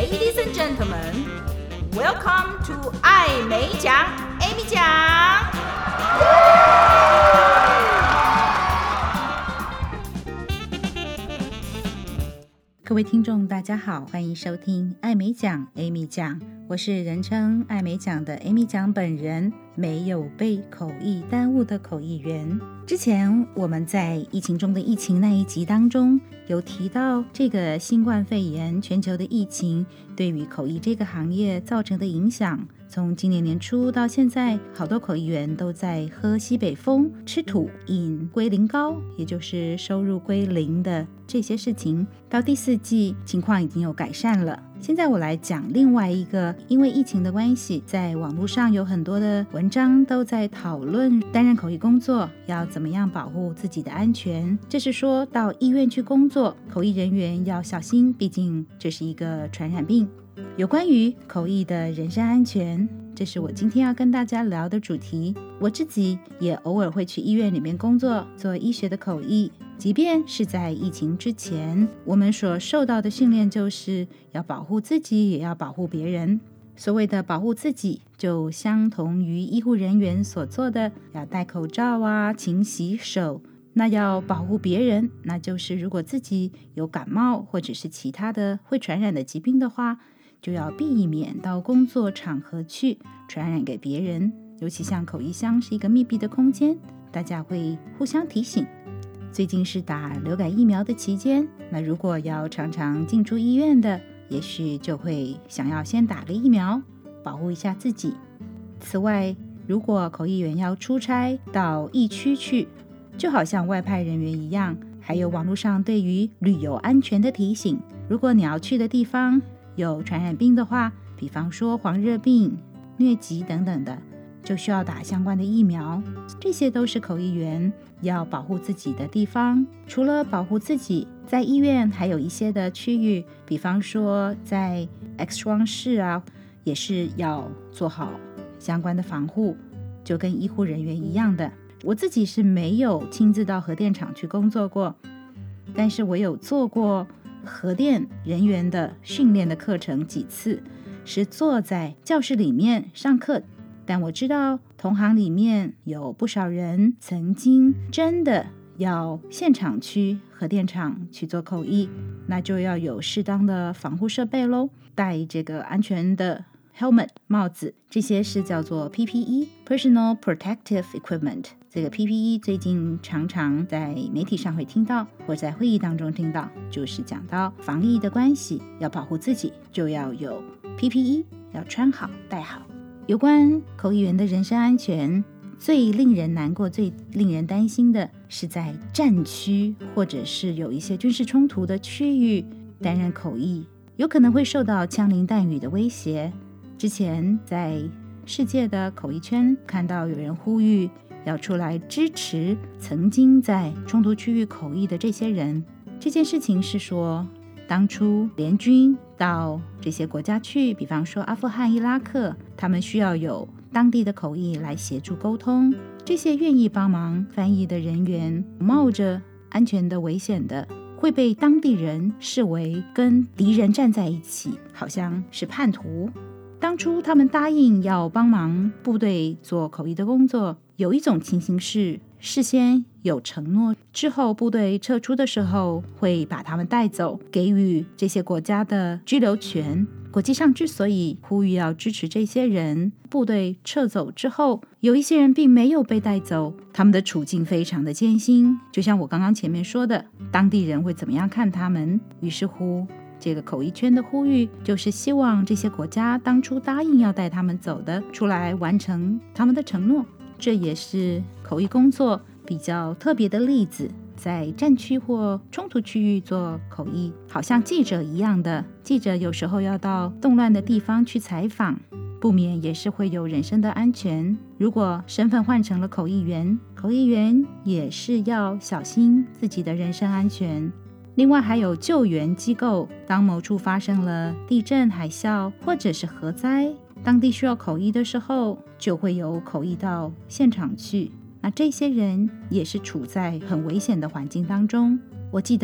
Ladies and gentlemen, welcome to 艾美奖 Amy 奖。 各位听众大家好，欢迎收听艾美奖 Amy 奖，我是人称艾美奖的 Amy 奖本人，没有被口译耽误的口译员。之前我们在疫情中的疫情那一集当中有提到这个新冠肺炎全球的疫情对于口译这个行业造成的影响，从今年年初到现在，好多口译员都在喝西北风、吃土、饮龟苓膏，也就是收入归零的这些事情。到第4季情况已经有改善了。现在我来讲另外一个，因为疫情的关系，在网络上有很多的文章都在讨论担任口译工作要怎么样保护自己的安全。这是说到医院去工作，口译人员要小心，毕竟这是一个传染病。有关于口译的人身安全，这是我今天要跟大家聊的主题。我自己也偶尔会去医院里面工作，做医学的口译。即便是在疫情之前，我们所受到的训练就是要保护自己，也要保护别人。所谓的保护自己，就相同于医护人员所做的，要戴口罩啊，勤洗手。那要保护别人，那就是如果自己有感冒或者是其他的会传染的疾病的话，就要避免到工作场合去传染给别人。尤其像口译箱是一个密闭的空间，大家会互相提醒。最近是打流感疫苗的期间，那如果要常常进出医院的，也许就会想要先打个疫苗，保护一下自己。此外，如果口译员要出差到疫区去，就好像外派人员一样，还有网络上对于旅游安全的提醒。如果你要去的地方有传染病的话，比方说黄热病、疟疾等等的，就需要打相关的疫苗。这些都是口译员要保护自己的地方。除了保护自己，在医院还有一些的区域，比方说在 X 光室啊，也是要做好相关的防护，就跟医护人员一样的。我自己是没有亲自到核电厂去工作过，但是我有做过核电人员的训练的课程几次，是坐在教室里面上课。但我知道同行里面有不少人曾经真的要现场去核电厂去做口译，那就要有适当的防护设备咯，戴这个安全的 helmet 帽子，这些是叫做 PPE Personal Protective Equipment。 这个 PPE 最近常常在媒体上会听到，或在会议当中听到，就是讲到防疫的关系，要保护自己就要有 PPE， 要穿好戴好。有关口译员的人身安全，最令人难过、最令人担心的是在战区或者是有一些军事冲突的区域担任口译，有可能会受到枪林弹雨的威胁。之前在世界的口译圈看到有人呼吁要出来支持曾经在冲突区域口译的这些人。这件事情是说，当初联军到这些国家去，比方说阿富汗、伊拉克，他们需要有当地的口译来协助沟通。这些愿意帮忙翻译的人员，冒着安全的危险的，会被当地人视为跟敌人站在一起，好像是叛徒。当初他们答应要帮忙部队做口译的工作，有一种情形是事先有承诺，之后部队撤出的时候会把他们带走，给予这些国家的居留权。国际上之所以呼吁要支持这些人，部队撤走之后，有一些人并没有被带走，他们的处境非常的艰辛。就像我刚刚前面说的，当地人会怎么样看他们？于是乎这个口译圈的呼吁就是希望这些国家当初答应要带他们走的，出来完成他们的承诺。这也是口译工作比较特别的例子，在战区或冲突区域做口译，好像记者一样的，记者有时候要到动乱的地方去采访，不免也是会有人身的安全。如果身份换成了口译员，口译员也是要小心自己的人身安全。另外还有救援机构，当某处发生了地震、海啸或者是核灾，当地需要口译的时候，就会有口译到现场去。那这些人也是处在很危险的环境当中。我记得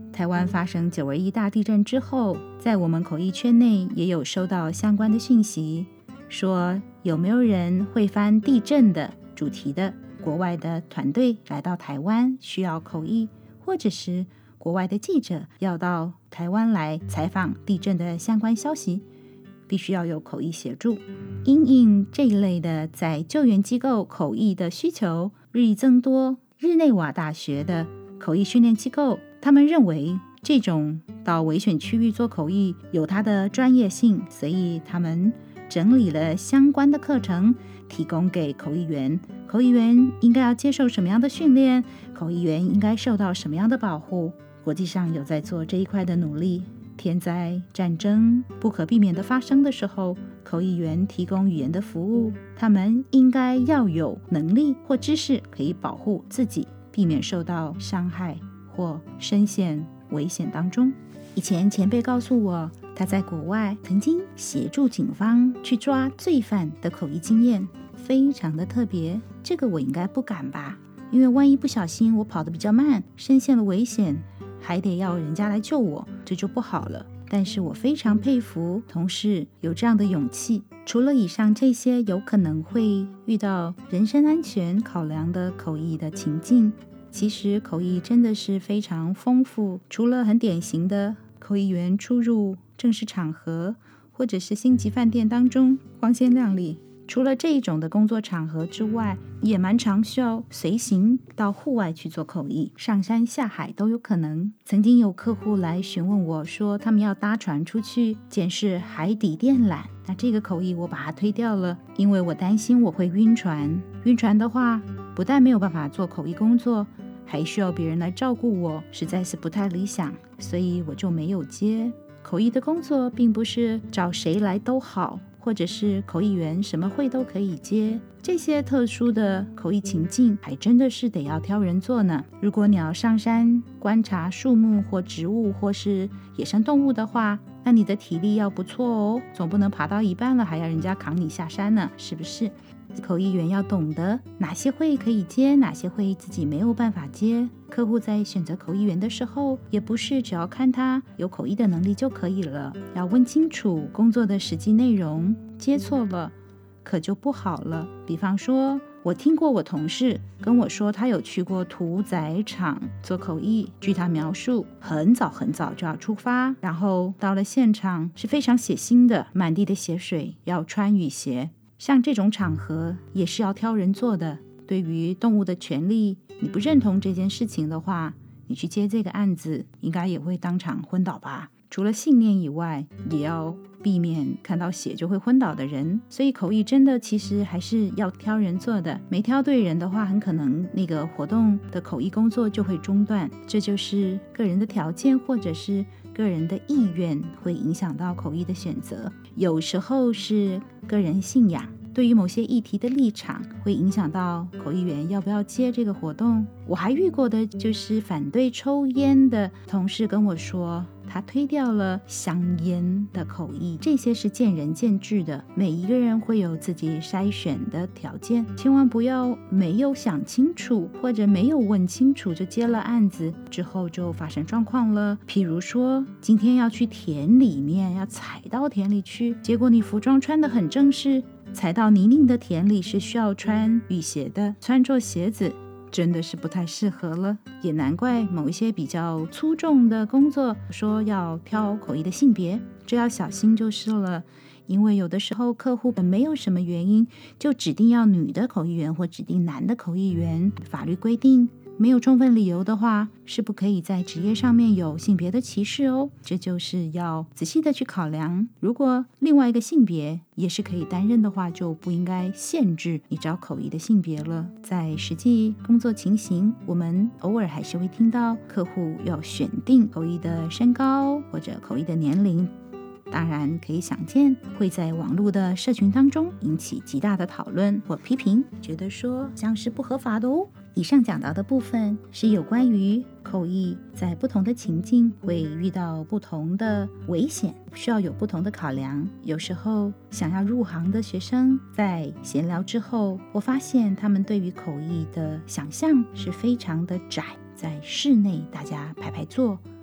台湾发生921大地震之后，在我们口译圈内也有收到相关的讯息，说有没有人会翻地震的主题的国外的团队来到台湾需要口译，或者是国外的记者要到台湾来采访地震的相关消息，必须要有口译协助。因应这一类的在救援机构口译的需求日益增多，日内瓦大学的口译训练机构，他们认为这种到危险区域做口译有它的专业性，所以他们整理了相关的课程提供给口译员。口译员应该要接受什么样的训练，口译员应该受到什么样的保护，国际上有在做这一块的努力。天灾、战争不可避免的发生的时候，口译员提供语言的服务，他们应该要有能力或知识可以保护自己，避免受到伤害或深陷危险当中。以前前辈告诉我，他在国外曾经协助警方去抓罪犯的口译经验，非常的特别。这个我应该不敢吧，因为万一不小心我跑得比较慢，深陷了危险，还得要人家来救我，这就不好了。但是我非常佩服同事有这样的勇气。除了以上这些有可能会遇到人身安全考量的口译的情境，其实口译真的是非常丰富。除了很典型的口译员出入正式场合或者是星级饭店当中光鲜亮丽，除了这一种的工作场合之外，也蛮常需要随行到户外去做口译，上山下海都有可能。曾经有客户来询问我说，他们要搭船出去检视海底电缆，那这个口译我把它推掉了，因为我担心我会晕船。晕船的话，不但没有办法做口译工作，还需要别人来照顾我，实在是不太理想，所以我就没有接。口译的工作并不是找谁来都好，或者是口译员什么会都可以接，这些特殊的口译情境还真的是得要挑人做呢。如果你要上山观察树木或植物或是野生动物的话，那你的体力要不错哦，总不能爬到一半了还要人家扛你下山呢，是不是？口译员要懂得哪些会可以接，哪些会自己没有办法接。客户在选择口译员的时候，也不是只要看他有口译的能力就可以了，要问清楚工作的实际内容，接错了可就不好了。比方说，我听过我同事跟我说，他有去过屠宰场做口译，据他描述，很早很早就要出发，然后到了现场是非常血腥的，满地的血水，要穿雨鞋。像这种场合也是要挑人做的，对于动物的权利，你不认同这件事情的话，你去接这个案子应该也会当场昏倒吧。除了信念以外，也要避免看到血就会昏倒的人。所以口译真的其实还是要挑人做的，没挑对人的话，很可能那个活动的口译工作就会中断。这就是个人的条件或者是个人的意愿会影响到口译的选择，有时候是个人信仰，对于某些议题的立场会影响到口译员要不要接这个活动。我还遇过的就是反对抽烟的同事跟我说，他推掉了香烟的口译。这些是见仁见智的，每一个人会有自己筛选的条件，千万不要没有想清楚或者没有问清楚就接了案子，之后就发生状况了。譬如说今天要去田里面，要踩到田里去，结果你服装穿得很正式，踩到泥泞的田里是需要穿雨鞋的，穿错鞋子真的是不太适合了。也难怪某一些比较粗重的工作说要挑口译的性别，这要小心就是了。因为有的时候客户没有什么原因就指定要女的口译员或指定男的口译员，法律规定没有充分理由的话，是不可以在职业上面有性别的歧视哦。这就是要仔细的去考量，如果另外一个性别也是可以担任的话，就不应该限制你找口译的性别了。在实际工作情形，我们偶尔还是会听到客户要选定口译的身高或者口译的年龄，当然可以想见会在网络的社群当中引起极大的讨论或批评，觉得说这样是不合法的哦。以上讲到的部分是有关于口译在不同的情境会遇到不同的危险，需要有不同的考量。有时候想要入行的学生在闲聊之后，我发现他们对于口译的想象是非常的窄，在室内大家排排坐，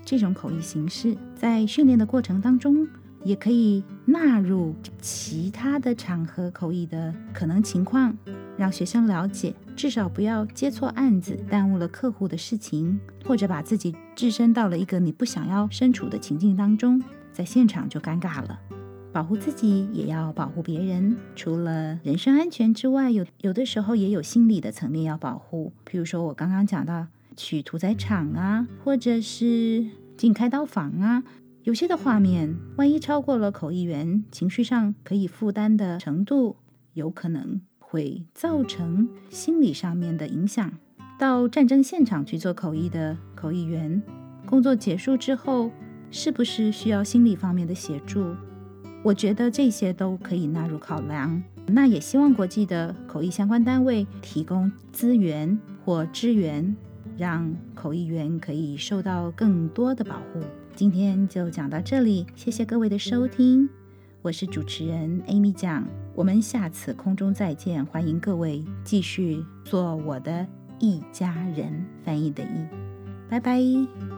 这种口译形式，在训练的过程当中也可以纳入其他的场合口译的可能情况，让学生了解，至少不要接错案子，耽误了客户的事情，或者把自己置身到了一个你不想要身处的情境当中，在现场就尴尬了。保护自己也要保护别人，除了人身安全之外，有的时候也有心理的层面要保护。譬如说我刚刚讲到去屠宰场啊，或者是进开刀房啊，有些的画面万一超过了口译员情绪上可以负担的程度，有可能会造成心理上面的影响。到战争现场去做口译的口译员，工作结束之后是不是需要心理方面的协助，我觉得这些都可以纳入考量。那也希望国际的口译相关单位提供资源或支援，让口译员可以受到更多的保护。今天就讲到这里，谢谢各位的收听，我是主持人 Amy 酱，我们下次空中再见，欢迎各位继续做我的译家人，翻译的译，拜拜。